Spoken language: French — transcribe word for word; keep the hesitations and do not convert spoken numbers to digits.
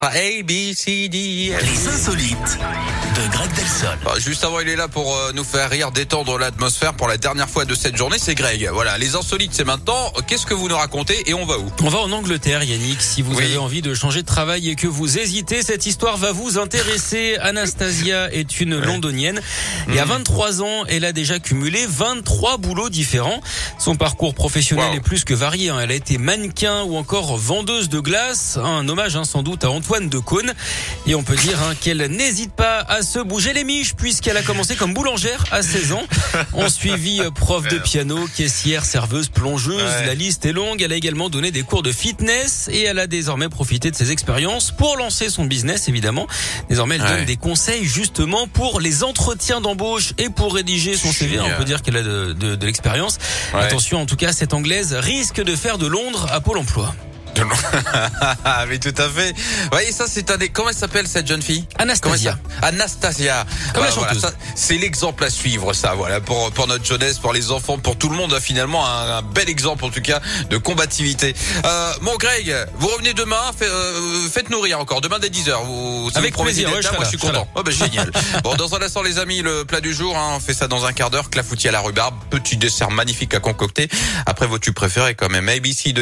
A, B, C, D, F. Les insolites de Greg Delsol. Juste avant, il est là pour euh, nous faire rire, détendre l'atmosphère pour la dernière fois de cette journée. C'est Greg. Voilà, les insolites, c'est maintenant. Qu'est-ce que vous nous racontez et on va où? On va en Angleterre, Yannick. Si vous Oui. avez envie de changer de travail et que vous hésitez, cette histoire va vous intéresser. Anastasia est une Ouais. londonienne et à Mmh. vingt-trois ans, elle a déjà cumulé vingt-trois boulots différents. Son parcours professionnel Wow. est plus que varié. hein. Elle a été mannequin ou encore vendeuse de glace. Un hommage hein, sans doute à Antoine de Caunes. Et on peut dire hein, qu'elle n'hésite pas à se bouger les miches puisqu'elle a commencé comme boulangère à seize ans. On suivi euh, prof de piano, caissière, serveuse, plongeuse. Ouais. La liste est longue. Elle a également donné des cours de fitness et elle a désormais profité de ses expériences pour lancer son business, évidemment. Désormais, elle Ouais. donne des conseils justement pour les entretiens d'embauche et pour rédiger son C V. Génial. On peut dire qu'elle a de, de, de l'expérience. Ouais. Attention, en tout cas, cette Anglaise risque de faire de Londres à Pôle emploi. Mais tout à fait. Oui, ça c'est un des... Comment elle s'appelle cette jeune fille? Anastasia. Comment ça Anastasia. Comme la Voilà, chanteuse. ça, c'est l'exemple à suivre, ça. Voilà, pour pour notre jeunesse, pour les enfants, pour tout le monde. Finalement, un, un bel exemple en tout cas de combativité. Euh, bon, Greg, vous revenez demain. Fait, euh, faites-nous rire encore. Demain dès dix heures. Vous, si Avec vous promettez plaisir, d'être ouais, là, je moi serai je suis là, content. Oh, ben, génial. Bon, dans un instant, les amis, le plat du jour. Hein, on fait ça dans un quart d'heure. Clafoutis à la rhubarbe, petit dessert magnifique à concocter. Après vos tubes préférés quand même. A B C de